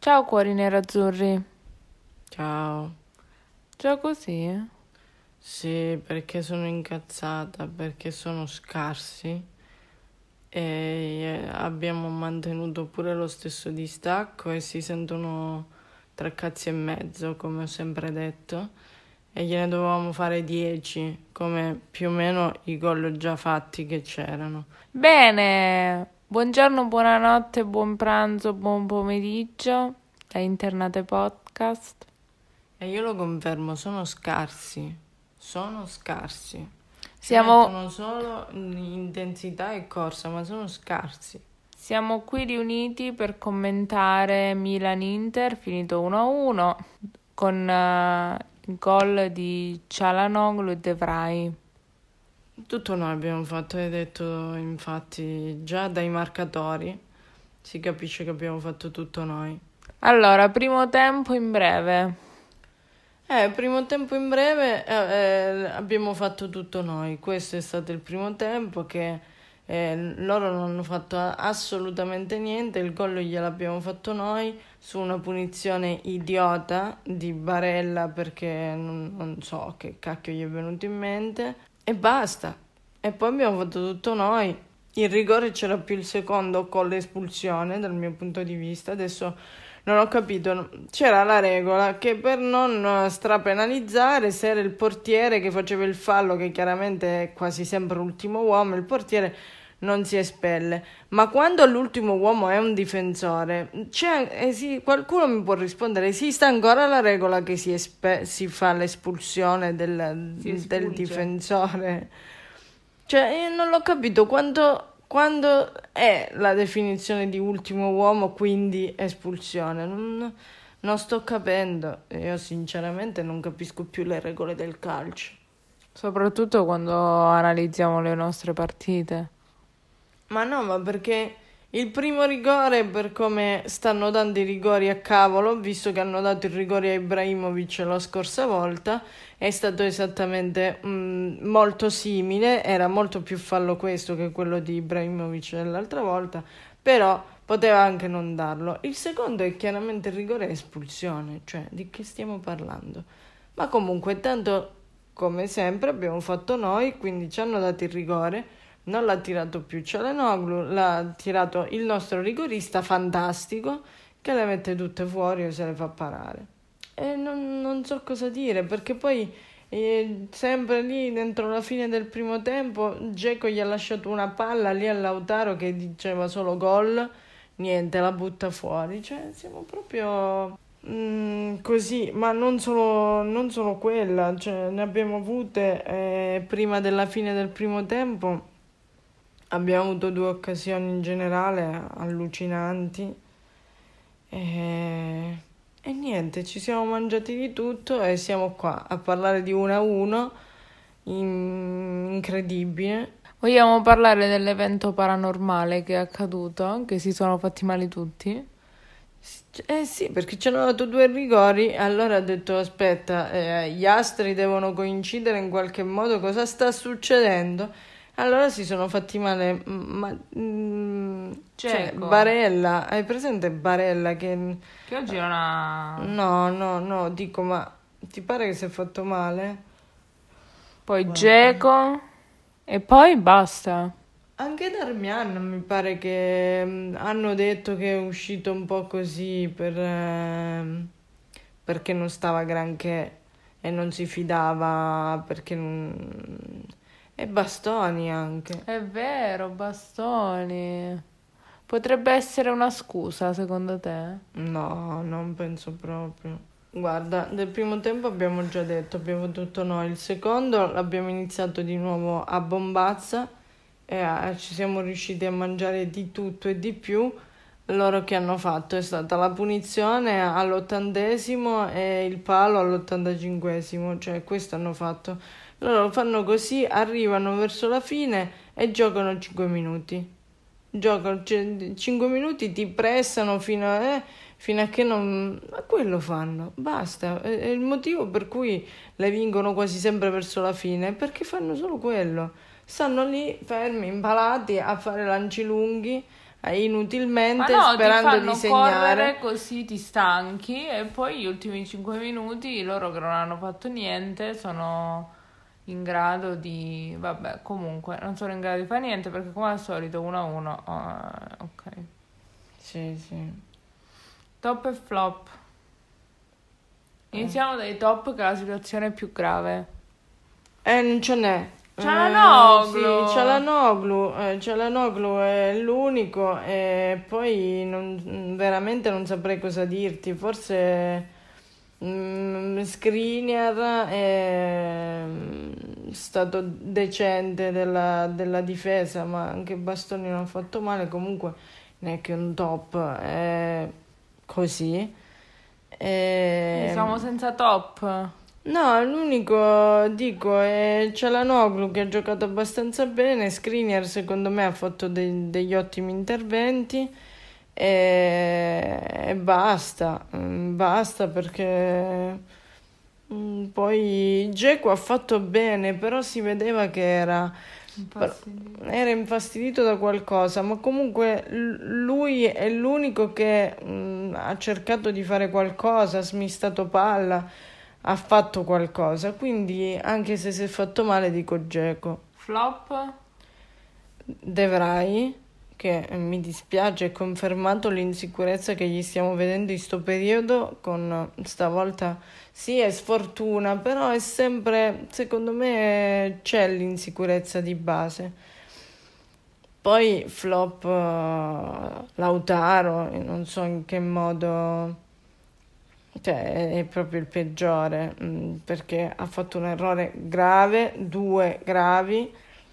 Ciao cuori nerazzurri. Ciao. Già così? Sì, perché sono incazzata, perché sono scarsi e abbiamo mantenuto pure lo stesso distacco e si sentono 3 cazzi e mezzo, come ho sempre detto, e gliene dovevamo fare 10, come più o meno i gol già fatti che c'erano. Bene, buongiorno, buonanotte, buon pranzo, buon pomeriggio da Internate Podcast. E io lo confermo, sono scarsi, sono scarsi. Ci Siamo, mettono solo intensità e corsa, ma sono scarsi. siamo qui riuniti per commentare Milan-Inter, finito 1-1, con il gol di Çalhanoğlu e De Vrij. Tutto noi abbiamo fatto, hai detto, infatti, già dai marcatori si capisce che abbiamo fatto tutto noi. Allora, primo tempo in breve. Primo tempo in breve abbiamo fatto tutto noi. Questo è stato il primo tempo che loro non hanno fatto assolutamente niente. Il gol gliel'abbiamo fatto noi su una punizione idiota di Barella perché non so che cacchio gli è venuto in mente. E basta. E poi abbiamo fatto tutto noi. Il rigore c'era più il secondo con l'espulsione, dal mio punto di vista. Adesso non ho capito. C'era la regola che per non strapenalizzare, se era il portiere che faceva il fallo, che chiaramente è quasi sempre l'ultimo uomo, il portiere non si espelle. Ma quando l'ultimo uomo è un difensore, qualcuno mi può rispondere, esiste ancora la regola che si fa l'espulsione del difensore? Cioè, io non l'ho capito quando è la definizione di ultimo uomo, quindi espulsione. Non sto capendo. Io sinceramente non capisco più le regole del calcio. Soprattutto quando analizziamo le nostre partite. Ma perché il primo rigore, per come stanno dando i rigori a cavolo, visto che hanno dato il rigore a Ibrahimovic la scorsa volta, è stato esattamente molto simile, era molto più fallo questo che quello di Ibrahimovic dell'altra volta, però poteva anche non darlo. Il secondo è chiaramente il rigore e espulsione, cioè di che stiamo parlando? Ma comunque, tanto come sempre abbiamo fatto noi, quindi ci hanno dato il rigore. Non l'ha tirato più Çalhanoğlu, l'ha tirato il nostro rigorista fantastico che le mette tutte fuori o se le fa parare. E non so cosa dire, perché poi sempre lì dentro la fine del primo tempo Dzeko gli ha lasciato una palla lì a Lautaro che diceva solo gol, niente, la butta fuori. Cioè siamo proprio così, ma non solo quella, cioè ne abbiamo avute prima della fine del primo tempo. Abbiamo avuto 2 occasioni in generale allucinanti e niente, ci siamo mangiati di tutto e siamo qua a parlare di 1-1, incredibile. Vogliamo parlare dell'evento paranormale che è accaduto, che si sono fatti male tutti? Eh sì, perché ci hanno dato 2 rigori, allora ho detto aspetta, gli astri devono coincidere in qualche modo, cosa sta succedendo? Allora si sono fatti male, cioè Dzeko. Barella, hai presente Barella che... Che oggi non ha... No, dico, ma ti pare che si è fatto male? Poi Guarda. Dzeko e poi basta. Anche Darmian mi pare che hanno detto che è uscito un po' così perché non stava granché e non si fidava perché non... E Bastoni anche. È vero, Bastoni. Potrebbe essere una scusa, secondo te? No, non penso proprio. Guarda, del primo tempo abbiamo già detto, abbiamo tutto noi. Il secondo l'abbiamo iniziato di nuovo a bombazza e ci siamo riusciti a mangiare di tutto e di più. Loro che hanno fatto è stata la punizione all'80° e il palo all'85°, cioè questo hanno fatto. Loro fanno così, arrivano verso la fine e giocano 5 minuti. Giocano 5 minuti, ti pressano fino a che non... Ma quello fanno, basta. È il motivo per cui le vincono quasi sempre verso la fine, perché fanno solo quello. Stanno lì fermi, impalati a fare lanci lunghi, inutilmente Ma no, sperando ti di fanno segnare. correre così ti stanchi e poi gli ultimi 5 minuti loro che non hanno fatto niente sono in grado di... Vabbè, comunque non sono in grado di fare niente perché come al solito 1-1. Ok. Sì, sì. Top e flop. Iniziamo dai top che è la situazione più grave. Non ce n'è. Cialanoglu! Sì, Cialanoglu. Cialanoglu è l'unico e poi veramente non saprei cosa dirti. Forse Skriniar è stato decente della difesa, ma anche Bastoni non ha fatto male. Comunque non è che un top, è così. Quindi siamo senza top. No, l'unico, dico, è Cialanoglu che ha giocato abbastanza bene, Skriniar secondo me ha fatto degli ottimi interventi e basta, basta perché poi Dzeko ha fatto bene, però si vedeva che era infastidito da qualcosa, ma comunque lui è l'unico che ha cercato di fare qualcosa, ha smistato palla, ha fatto qualcosa, quindi anche se si è fatto male dico Dzeko. Flop? De Vrij, che mi dispiace, è confermato l'insicurezza che gli stiamo vedendo in sto periodo, con stavolta sì è sfortuna, però è sempre, secondo me c'è l'insicurezza di base. Poi flop Lautaro, non so in che modo, cioè è proprio il peggiore, perché ha fatto un errore grave, due gravi,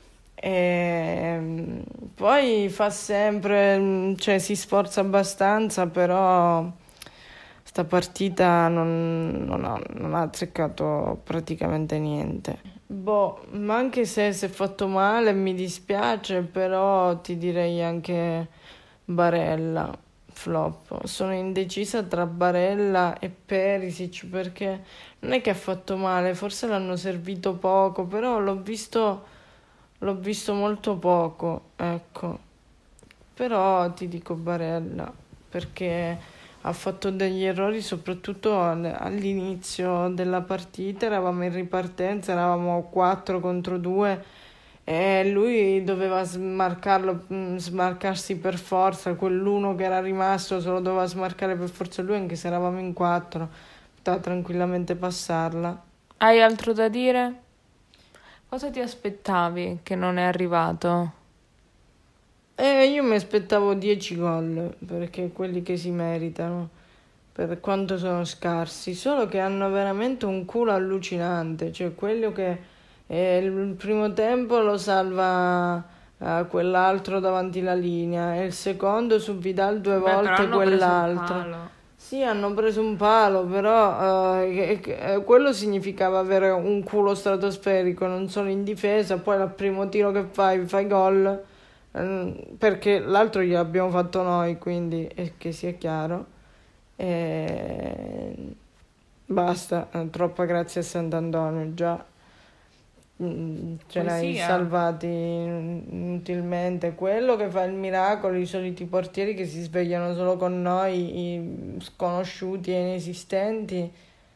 e poi fa sempre, cioè si sforza abbastanza, però sta partita non ha azzeccato praticamente niente. Boh, ma anche se si è fatto male mi dispiace, però ti direi anche Barella, flop. Sono indecisa tra Barella e Perisic perché non è che ha fatto male, forse l'hanno servito poco, però l'ho visto molto poco, ecco. Però ti dico Barella perché ha fatto degli errori soprattutto all'inizio della partita, eravamo in ripartenza, eravamo 4 contro 2 e lui doveva smarcarsi per forza, quell'uno che era rimasto se lo doveva smarcare per forza lui anche se eravamo in 4, poteva tranquillamente passarla. Hai altro da dire? Cosa ti aspettavi che non è arrivato? Io mi aspettavo 10 gol, perché quelli che si meritano, per quanto sono scarsi, solo che hanno veramente un culo allucinante, cioè quello che il primo tempo lo salva quell'altro davanti la linea, e il secondo su Vidal due Beh, però volte hanno preso un quell'altro. palo. Sì, hanno preso un palo, però quello significava avere un culo stratosferico, non solo in difesa, poi al primo tiro che fai gol, perché l'altro gliel'abbiamo fatto noi, quindi che sia chiaro. Basta, troppa grazia a Sant'Antonio, già ce l'hai Poesia. salvati inutilmente. Quello che fa il miracolo, i soliti portieri che si svegliano solo con noi, i sconosciuti e inesistenti,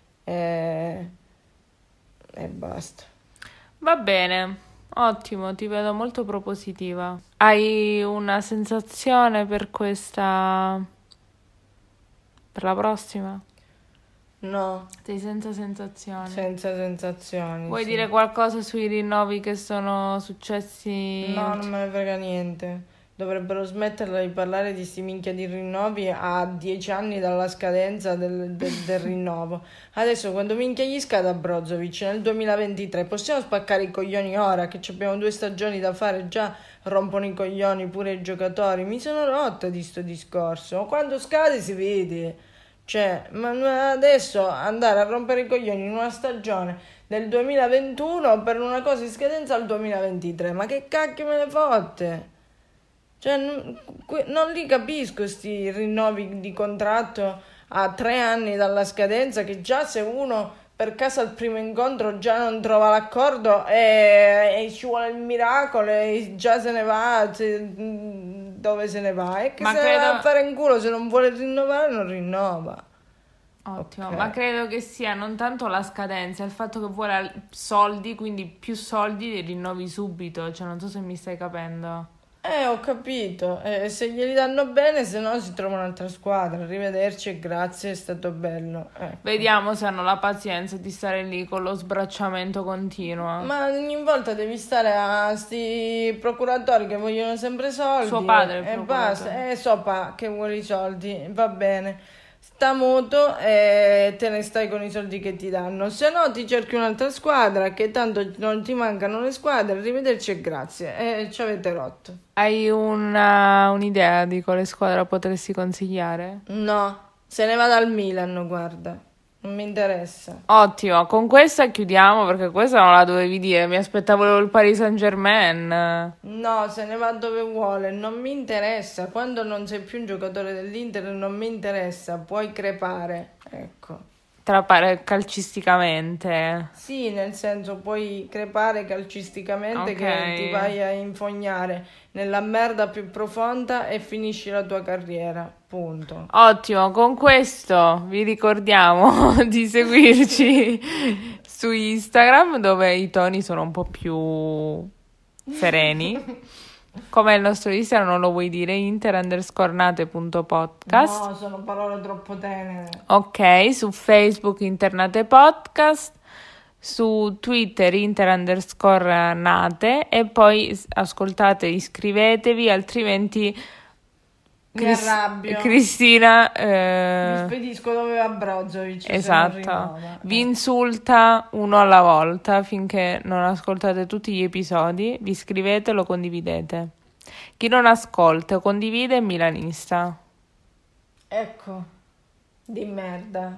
e basta. Va bene, ottimo, ti vedo molto propositiva. Hai una sensazione per questa... per la prossima? No, Sei senza sensazioni. senza sensazioni. Vuoi sì. dire qualcosa sui rinnovi che sono successi? No, non me ne frega niente. Dovrebbero smetterla di parlare di sti minchia di rinnovi a 10 anni dalla scadenza del rinnovo. Adesso quando minchia gli scade Brozovic nel 2023 possiamo spaccare i coglioni ora che abbiamo 2 stagioni da fare, già rompono i coglioni pure i giocatori. Mi sono rotta di sto discorso. Quando scade si vede. Cioè, ma adesso andare a rompere i coglioni in una stagione del 2021 per una cosa in scadenza al 2023, ma che cacchio me ne fotte? Cioè, non li capisco sti rinnovi di contratto a 3 anni dalla scadenza, che già se uno per caso al primo incontro già non trova l'accordo e ci vuole il miracolo e già se ne va dove se ne va? E che Ma se ne va credo- a fare in culo, se non vuole rinnovare non rinnova. Ottimo, Ok. ma credo che sia non tanto la scadenza, il fatto che vuole soldi, quindi più soldi li rinnovi subito, cioè non so se mi stai capendo. Ho capito. Se glieli danno bene, se no si trova un'altra squadra. Arrivederci e grazie, è stato bello. Ecco. Vediamo se hanno la pazienza di stare lì con lo sbracciamento continuo. Ma ogni volta devi stare a sti procuratori che vogliono sempre soldi. Suo padre è il e procuratore. basta. So pa che vuole i soldi, va bene. Sta muto e te ne stai con i soldi che ti danno. Se no ti cerchi un'altra squadra, che tanto non ti mancano le squadre. Arrivederci e grazie. E ci avete rotto. Hai un'idea di quale squadra potresti consigliare? No, se ne va dal Milan, guarda. Non mi interessa. Ottimo, con questa chiudiamo perché questa non la dovevi dire, mi aspettavo il Paris Saint-Germain. No, se ne va dove vuole, non mi interessa. Quando non sei più un giocatore dell'Inter non mi interessa, puoi crepare, ecco. Calcisticamente. Sì, nel senso puoi crepare calcisticamente Ok. che ti vai a infognare nella merda più profonda e finisci la tua carriera, punto. Ottimo, con questo vi ricordiamo di seguirci su Instagram dove i toni sono un po' più sereni. Come il nostro Instagram, non lo vuoi dire? inter_nate.podcast. No, sono parole troppo tenere. Ok, su Facebook Internate Podcast, su Twitter Inter_nate e poi ascoltate, iscrivetevi, altrimenti Mi arrabbio. Cristina Mi spedisco dove va Brozovic. se non esatto, rinnova. vi insulta uno alla volta finché non ascoltate tutti gli episodi, vi iscrivete e lo condividete. Chi non ascolta o condivide è milanista. Ecco, di merda.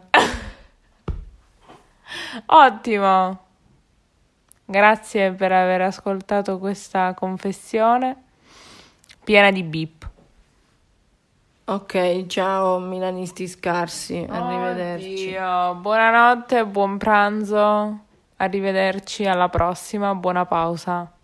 Ottimo, grazie per aver ascoltato questa confessione piena di beep. Ok, ciao milanisti scarsi, arrivederci. Oddio, buonanotte, buon pranzo, arrivederci, alla prossima, buona pausa.